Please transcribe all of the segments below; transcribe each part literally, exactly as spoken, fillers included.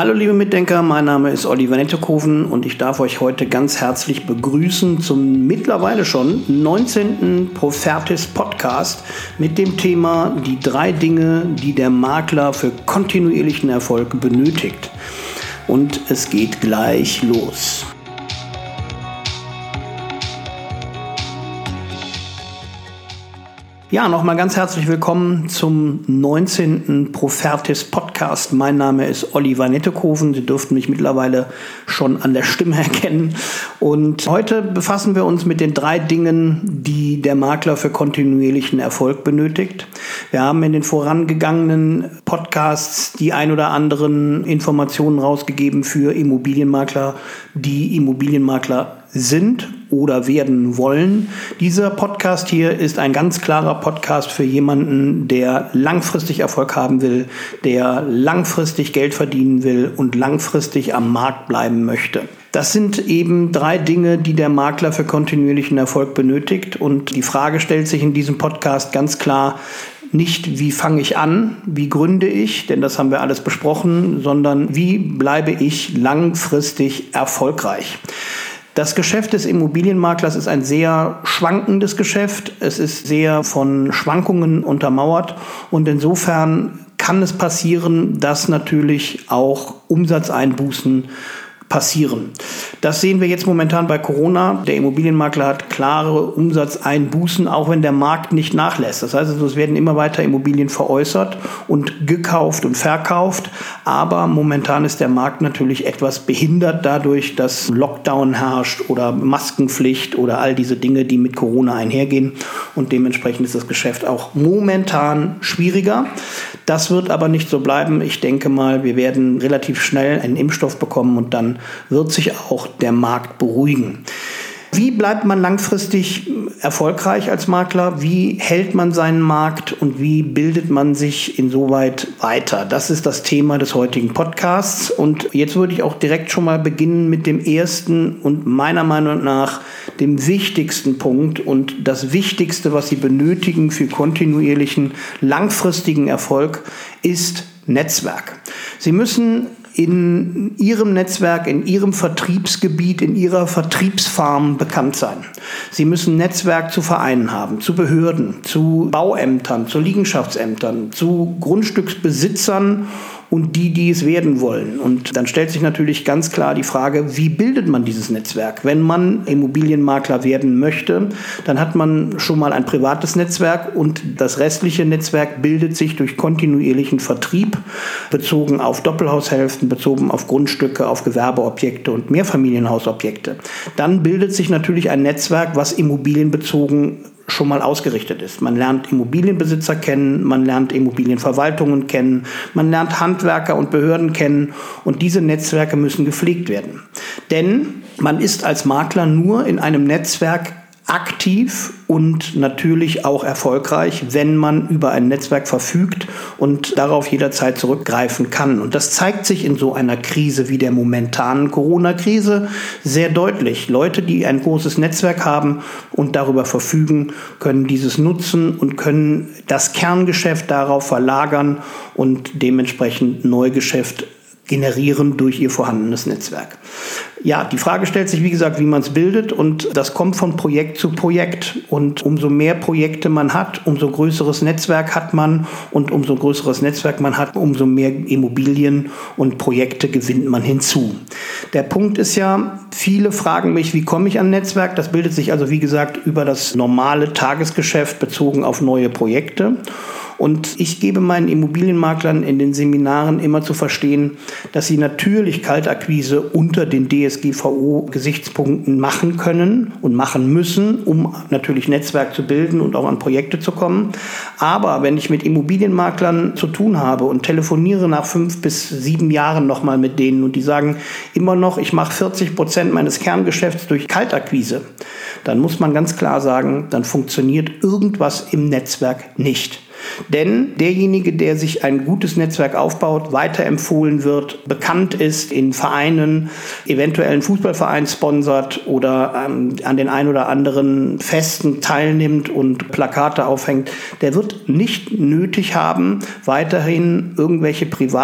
Hallo liebe Mitdenker, mein Name ist Oliver Nettekoven und ich darf euch heute ganz herzlich begrüßen zum mittlerweile schon neunzehnten Profertis Podcast mit dem Thema die drei Dinge, die der Makler für kontinuierlichen Erfolg benötigt. Und es geht gleich los. Ja, nochmal ganz herzlich willkommen zum neunzehnten Profertis Podcast. Mein Name ist Oliver Nettekoven. Sie dürften mich mittlerweile schon an der Stimme erkennen. Und heute befassen wir uns mit den drei Dingen, die der Makler für kontinuierlichen Erfolg benötigt. Wir haben in den vorangegangenen Podcasts die ein oder anderen Informationen rausgegeben für Immobilienmakler, die Immobilienmakler sind oder werden wollen. Dieser Podcast hier ist ein ganz klarer Podcast für jemanden, der langfristig Erfolg haben will, der langfristig Geld verdienen will und langfristig am Markt bleiben möchte. Das sind eben drei Dinge, die der Makler für kontinuierlichen Erfolg benötigt. Und die Frage stellt sich in diesem Podcast ganz klar, nicht, wie fange ich an, wie gründe ich, denn das haben wir alles besprochen, sondern wie bleibe ich langfristig erfolgreich. Das Geschäft des Immobilienmaklers ist ein sehr schwankendes Geschäft. Es ist sehr von Schwankungen untermauert und insofern kann es passieren, dass natürlich auch Umsatzeinbußen passieren. Das sehen wir jetzt momentan bei Corona. Der Immobilienmakler hat klare Umsatzeinbußen, auch wenn der Markt nicht nachlässt. Das heißt also, es werden immer weiter Immobilien veräußert und gekauft und verkauft. Aber momentan ist der Markt natürlich etwas behindert dadurch, dass Lockdown herrscht oder Maskenpflicht oder all diese Dinge, die mit Corona einhergehen. Und dementsprechend ist das Geschäft auch momentan schwieriger. Das wird aber nicht so bleiben. Ich denke mal, wir werden relativ schnell einen Impfstoff bekommen und dann wird sich auch der Markt beruhigen. Wie bleibt man langfristig erfolgreich als Makler? Wie hält man seinen Markt und wie bildet man sich insoweit weiter? Das ist das Thema des heutigen Podcasts. Und jetzt würde ich auch direkt schon mal beginnen mit dem ersten und meiner Meinung nach dem wichtigsten Punkt und das Wichtigste, was Sie benötigen für kontinuierlichen, langfristigen Erfolg, ist Netzwerk. Sie müssen in Ihrem Netzwerk, in Ihrem Vertriebsgebiet, in Ihrer Vertriebsfarm bekannt sein. Sie müssen Netzwerk zu Vereinen haben, zu Behörden, zu Bauämtern, zu Liegenschaftsämtern, zu Grundstücksbesitzern und die, die es werden wollen. Und dann stellt sich natürlich ganz klar die Frage, wie bildet man dieses Netzwerk? Wenn man Immobilienmakler werden möchte, dann hat man schon mal ein privates Netzwerk und das restliche Netzwerk bildet sich durch kontinuierlichen Vertrieb, bezogen auf Doppelhaushälften, bezogen auf Grundstücke, auf Gewerbeobjekte und Mehrfamilienhausobjekte. Dann bildet sich natürlich ein Netzwerk, was immobilienbezogen schon mal ausgerichtet ist. Man lernt Immobilienbesitzer kennen, man lernt Immobilienverwaltungen kennen, man lernt Handwerker und Behörden kennen und diese Netzwerke müssen gepflegt werden. Denn man ist als Makler nur in einem Netzwerk aktiv und natürlich auch erfolgreich, wenn man über ein Netzwerk verfügt und darauf jederzeit zurückgreifen kann. Und das zeigt sich in so einer Krise wie der momentanen Corona-Krise sehr deutlich. Leute, die ein großes Netzwerk haben und darüber verfügen, können dieses nutzen und können das Kerngeschäft darauf verlagern und dementsprechend Neugeschäft generieren durch ihr vorhandenes Netzwerk. Ja, die Frage stellt sich, wie gesagt, wie man es bildet und das kommt von Projekt zu Projekt und umso mehr Projekte man hat, umso größeres Netzwerk hat man und umso größeres Netzwerk man hat, umso mehr Immobilien und Projekte gewinnt man hinzu. Der Punkt ist ja, viele fragen mich, wie komme ich an Netzwerk? Das bildet sich also, wie gesagt, über das normale Tagesgeschäft bezogen auf neue Projekte. Und ich gebe meinen Immobilienmaklern in den Seminaren immer zu verstehen, dass sie natürlich Kaltakquise unter den D S G V O-Gesichtspunkten machen können und machen müssen, um natürlich Netzwerk zu bilden und auch an Projekte zu kommen. Aber wenn ich mit Immobilienmaklern zu tun habe und telefoniere nach fünf bis sieben Jahren nochmal mit denen und die sagen immer noch, ich mache vierzig Prozent meines Kerngeschäfts durch Kaltakquise, dann muss man ganz klar sagen, dann funktioniert irgendwas im Netzwerk nicht. Denn derjenige, der sich ein gutes Netzwerk aufbaut, weiterempfohlen wird, bekannt ist in Vereinen, eventuell einen Fußballverein sponsert oder ähm, an den ein oder anderen Festen teilnimmt und Plakate aufhängt, der wird nicht nötig haben, weiterhin irgendwelche privat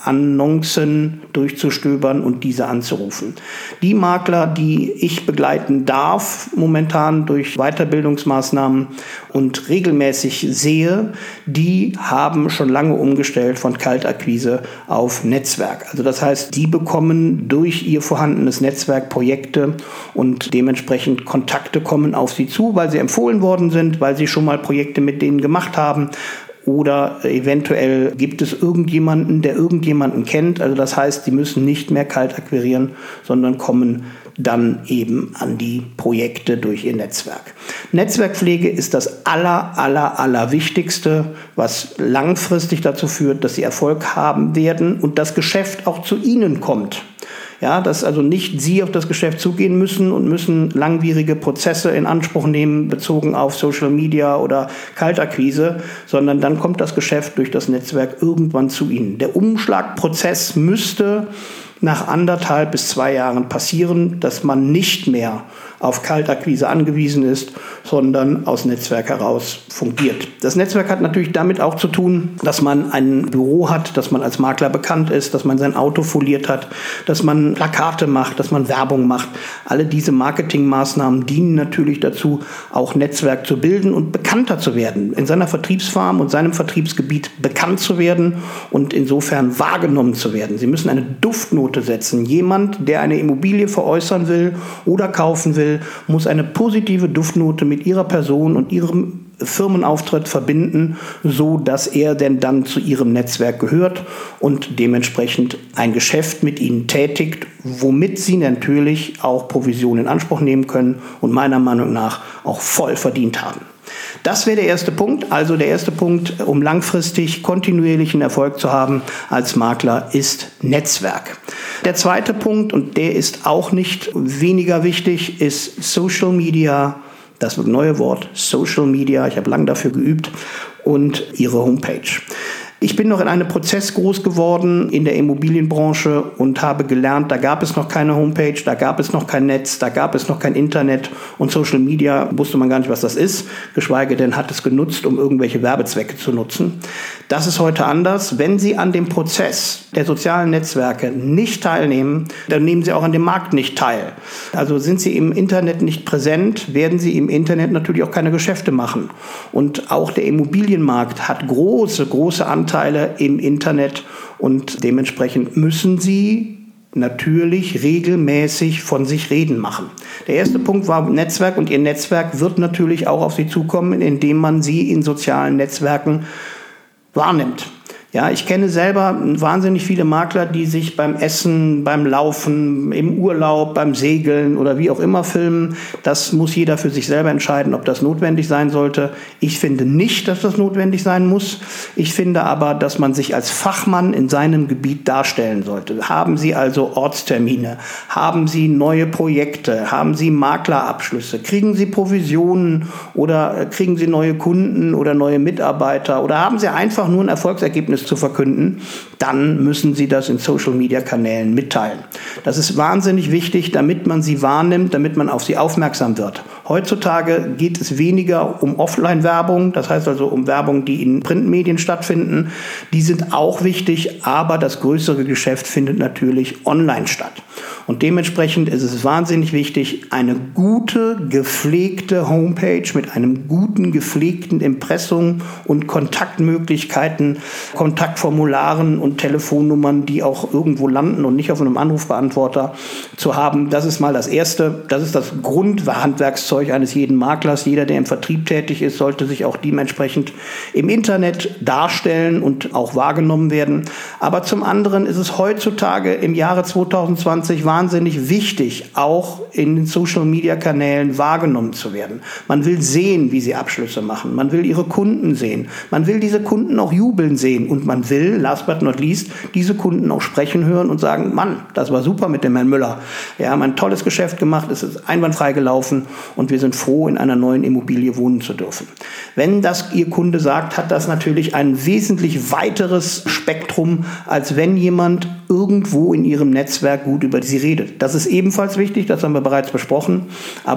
Annoncen durchzustöbern und diese anzurufen. Die Makler, die ich begleiten darf, momentan durch Weiterbildungsmaßnahmen und regelmäßig sehe, die haben schon lange umgestellt von Kaltakquise auf Netzwerk. Also das heißt, die bekommen durch ihr vorhandenes Netzwerk Projekte und dementsprechend Kontakte kommen auf sie zu, weil sie empfohlen worden sind, weil sie schon mal Projekte mit denen gemacht haben. Oder eventuell gibt es irgendjemanden, der irgendjemanden kennt. Also das heißt, die müssen nicht mehr kalt akquirieren, sondern kommen dann eben an die Projekte durch ihr Netzwerk. Netzwerkpflege ist das aller, aller, aller Wichtigste, was langfristig dazu führt, dass sie Erfolg haben werden und das Geschäft auch zu ihnen kommt. Ja, dass also nicht Sie auf das Geschäft zugehen müssen und müssen langwierige Prozesse in Anspruch nehmen, bezogen auf Social Media oder Kaltakquise, sondern dann kommt das Geschäft durch das Netzwerk irgendwann zu Ihnen. Der Umschlagprozess müsste nach anderthalb bis zwei Jahren passieren, dass man nicht mehr auf Kaltakquise angewiesen ist, sondern aus Netzwerk heraus fungiert. Das Netzwerk hat natürlich damit auch zu tun, dass man ein Büro hat, dass man als Makler bekannt ist, dass man sein Auto foliert hat, dass man Plakate macht, dass man Werbung macht. Alle diese Marketingmaßnahmen dienen natürlich dazu, auch Netzwerk zu bilden und bekannter zu werden, in seiner Vertriebsfarm und seinem Vertriebsgebiet bekannt zu werden und insofern wahrgenommen zu werden. Sie müssen eine Duftnote setzen. Jemand, der eine Immobilie veräußern will oder kaufen will, muss eine positive Duftnote mit ihrer Person und ihrem Firmenauftritt verbinden, so dass er denn dann zu ihrem Netzwerk gehört und dementsprechend ein Geschäft mit ihnen tätigt, womit sie natürlich auch Provision in Anspruch nehmen können und meiner Meinung nach auch voll verdient haben. Das wäre der erste Punkt. Also der erste Punkt, um langfristig kontinuierlichen Erfolg zu haben als Makler, ist Netzwerk. Der zweite Punkt, und der ist auch nicht weniger wichtig, ist Social Media. Das neue Wort Social Media. Ich habe lange dafür geübt und Ihre Homepage. Ich bin noch in einem Prozess groß geworden in der Immobilienbranche und habe gelernt, da gab es noch keine Homepage, da gab es noch kein Netz, da gab es noch kein Internet und Social Media wusste man gar nicht, was das ist, geschweige denn hat es genutzt, um irgendwelche Werbezwecke zu nutzen. Das ist heute anders. Wenn Sie an dem Prozess der sozialen Netzwerke nicht teilnehmen, dann nehmen Sie auch an dem Markt nicht teil. Also sind Sie im Internet nicht präsent, werden Sie im Internet natürlich auch keine Geschäfte machen. Und auch der Immobilienmarkt hat große, große Anteile im Internet und dementsprechend müssen Sie natürlich regelmäßig von sich reden machen. Der erste Punkt war Netzwerk und Ihr Netzwerk wird natürlich auch auf Sie zukommen, indem man Sie in sozialen Netzwerken wahrnimmt. Ja, ich kenne selber wahnsinnig viele Makler, die sich beim Essen, beim Laufen, im Urlaub, beim Segeln oder wie auch immer filmen. Das muss jeder für sich selber entscheiden, ob das notwendig sein sollte. Ich finde nicht, dass das notwendig sein muss. Ich finde aber, dass man sich als Fachmann in seinem Gebiet darstellen sollte. Haben Sie also Ortstermine? Haben Sie neue Projekte? Haben Sie Maklerabschlüsse? Kriegen Sie Provisionen oder kriegen Sie neue Kunden oder neue Mitarbeiter? Oder haben Sie einfach nur ein Erfolgsergebnis zu verkünden, dann müssen Sie das in Social-Media-Kanälen mitteilen. Das ist wahnsinnig wichtig, damit man Sie wahrnimmt, damit man auf Sie aufmerksam wird. Heutzutage geht es weniger um Offline-Werbung, das heißt also um Werbung, die in Printmedien stattfinden. Die sind auch wichtig, aber das größere Geschäft findet natürlich online statt. Und dementsprechend ist es wahnsinnig wichtig, eine gute, gepflegte Homepage mit einem guten, gepflegten Impressum und Kontaktmöglichkeiten, Kontaktformularen und Telefonnummern, die auch irgendwo landen und nicht auf einem Anrufbeantworter zu haben. Das ist mal das Erste. Das ist das Grundhandwerkszeug eines jeden Maklers. Jeder, der im Vertrieb tätig ist, sollte sich auch dementsprechend im Internet darstellen und auch wahrgenommen werden. Aber zum anderen ist es heutzutage im Jahre zwanzig zwanzig wahnsinnig wichtig, auch in den Social-Media-Kanälen wahrgenommen zu werden. Man will sehen, wie sie Abschlüsse machen. Man will ihre Kunden sehen. Man will diese Kunden auch jubeln sehen. Und man will, last but not least, diese Kunden auch sprechen hören und sagen, Mann, das war super mit dem Herrn Müller. Wir haben ein tolles Geschäft gemacht, es ist einwandfrei gelaufen und wir sind froh, in einer neuen Immobilie wohnen zu dürfen. Wenn das Ihr Kunde sagt, hat das natürlich ein wesentlich weiteres Spektrum, als wenn jemand irgendwo in Ihrem Netzwerk gut über Sie redet. Das ist ebenfalls wichtig, das haben wir bereits besprochen, aber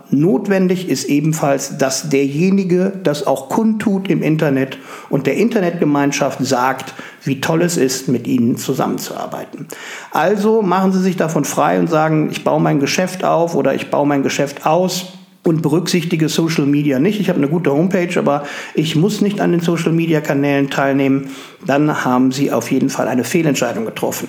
notwendig ist ebenfalls, dass derjenige das auch kundtut im Internet und der Internetgemeinschaft sagt, wie toll es ist, mit ihnen zusammenzuarbeiten. Also machen Sie sich davon frei und sagen, ich baue mein Geschäft auf oder ich baue mein Geschäft aus und berücksichtige Social Media nicht. Ich habe eine gute Homepage, aber ich muss nicht an den Social Media Kanälen teilnehmen. Dann haben Sie auf jeden Fall eine Fehlentscheidung getroffen.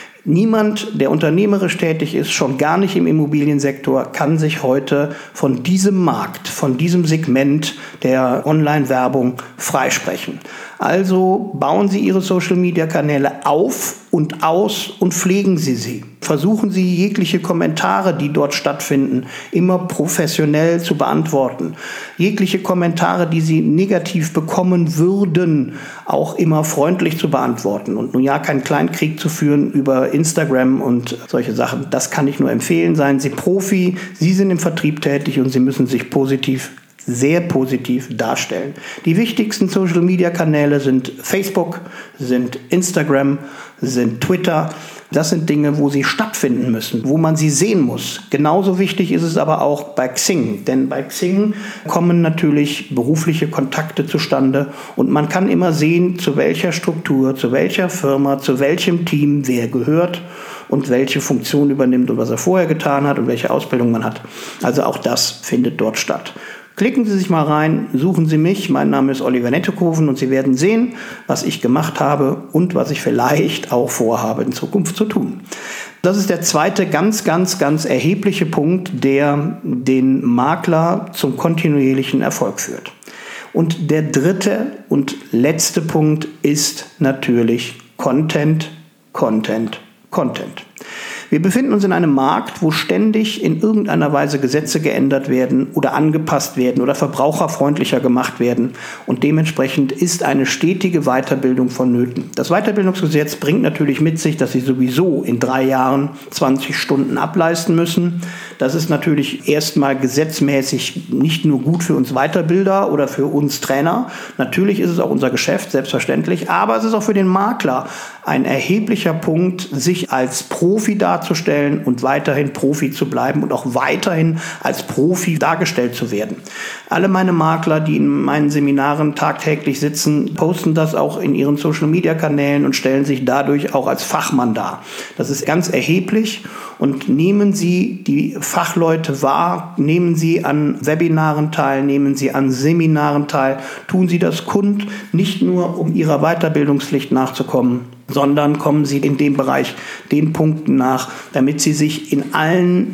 Niemand, der unternehmerisch tätig ist, schon gar nicht im Immobiliensektor, kann sich heute von diesem Markt, von diesem Segment der Online-Werbung freisprechen. Also bauen Sie Ihre Social-Media-Kanäle auf und aus und pflegen Sie sie. Versuchen Sie jegliche Kommentare, die dort stattfinden, immer professionell zu beantworten. Jegliche Kommentare, die Sie negativ bekommen würden, auch immer freundlich zu beantworten. Und nun ja, keinen Kleinkrieg zu führen über Instagram und solche Sachen. Das kann ich nur empfehlen. Seien Sie Profi, Sie sind im Vertrieb tätig und Sie müssen sich positiv sehr positiv darstellen. Die wichtigsten Social-Media-Kanäle sind Facebook, sind Instagram, sind Twitter. Das sind Dinge, wo sie stattfinden müssen, wo man sie sehen muss. Genauso wichtig ist es aber auch bei Xing, denn bei Xing kommen natürlich berufliche Kontakte zustande und man kann immer sehen, zu welcher Struktur, zu welcher Firma, zu welchem Team wer gehört und welche Funktion übernimmt und was er vorher getan hat und welche Ausbildung man hat. Also auch das findet dort statt. Klicken Sie sich mal rein, suchen Sie mich. Mein Name ist Oliver Nettekoven und Sie werden sehen, was ich gemacht habe und was ich vielleicht auch vorhabe, in Zukunft zu tun. Das ist der zweite ganz, ganz, ganz erhebliche Punkt, der den Makler zum kontinuierlichen Erfolg führt. Und der dritte und letzte Punkt ist natürlich Content, Content, Content. Wir befinden uns in einem Markt, wo ständig in irgendeiner Weise Gesetze geändert werden oder angepasst werden oder verbraucherfreundlicher gemacht werden. Und dementsprechend ist eine stetige Weiterbildung vonnöten. Das Weiterbildungsgesetz bringt natürlich mit sich, dass Sie sowieso in drei Jahren zwanzig Stunden ableisten müssen. Das ist natürlich erstmal gesetzmäßig nicht nur gut für uns Weiterbilder oder für uns Trainer. Natürlich ist es auch unser Geschäft, selbstverständlich. Aber es ist auch für den Makler ein erheblicher Punkt, sich als Profi darzustellen und weiterhin Profi zu bleiben und auch weiterhin als Profi dargestellt zu werden. Alle meine Makler, die in meinen Seminaren tagtäglich sitzen, posten das auch in ihren Social-Media-Kanälen und stellen sich dadurch auch als Fachmann dar. Das ist ganz erheblich und nehmen Sie die Fachleute wahr, nehmen Sie an Webinaren teil, nehmen Sie an Seminaren teil, tun Sie das kund, nicht nur um Ihrer Weiterbildungspflicht nachzukommen, sondern kommen Sie in dem Bereich den Punkten nach, damit Sie sich in allen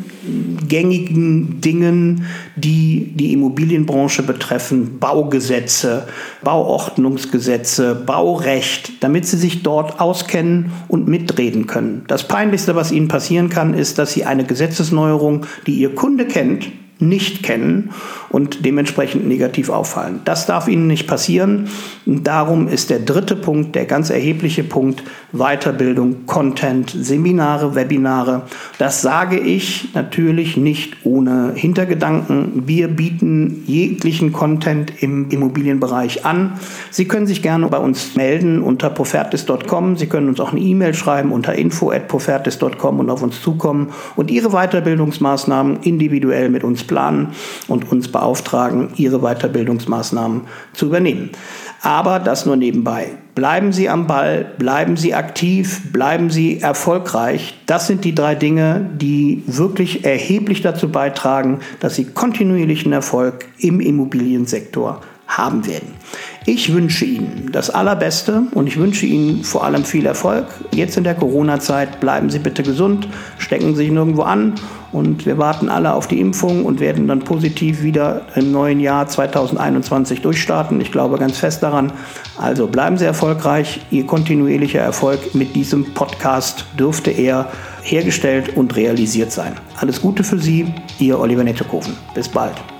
gängigen Dingen, die die Immobilienbranche betreffen, Baugesetze, Bauordnungsgesetze, Baurecht, damit Sie sich dort auskennen und mitreden können. Das Peinlichste, was Ihnen passieren kann, ist, dass Sie eine Gesetzesneuerung, die Ihr Kunde kennt, nicht kennen und dementsprechend negativ auffallen. Das darf Ihnen nicht passieren. Und darum ist der dritte Punkt, der ganz erhebliche Punkt, Weiterbildung, Content, Seminare, Webinare. Das sage ich natürlich nicht ohne Hintergedanken. Wir bieten jeglichen Content im Immobilienbereich an. Sie können sich gerne bei uns melden unter profertis punkt com. Sie können uns auch eine E-Mail schreiben unter info at profertis punkt com und auf uns zukommen und Ihre Weiterbildungsmaßnahmen individuell mit uns planen und uns beauftragen, Ihre Weiterbildungsmaßnahmen zu übernehmen. Aber das nur nebenbei. Bleiben Sie am Ball, bleiben Sie aktiv, bleiben Sie erfolgreich. Das sind die drei Dinge, die wirklich erheblich dazu beitragen, dass Sie kontinuierlichen Erfolg im Immobiliensektor haben werden. Ich wünsche Ihnen das Allerbeste und ich wünsche Ihnen vor allem viel Erfolg. Jetzt in der Corona-Zeit bleiben Sie bitte gesund, stecken Sie sich nirgendwo an und wir warten alle auf die Impfung und werden dann positiv wieder im neuen Jahr zwanzig einundzwanzig durchstarten. Ich glaube ganz fest daran. Also bleiben Sie erfolgreich. Ihr kontinuierlicher Erfolg mit diesem Podcast dürfte er hergestellt und realisiert sein. Alles Gute für Sie, Ihr Oliver Nettekoven. Bis bald.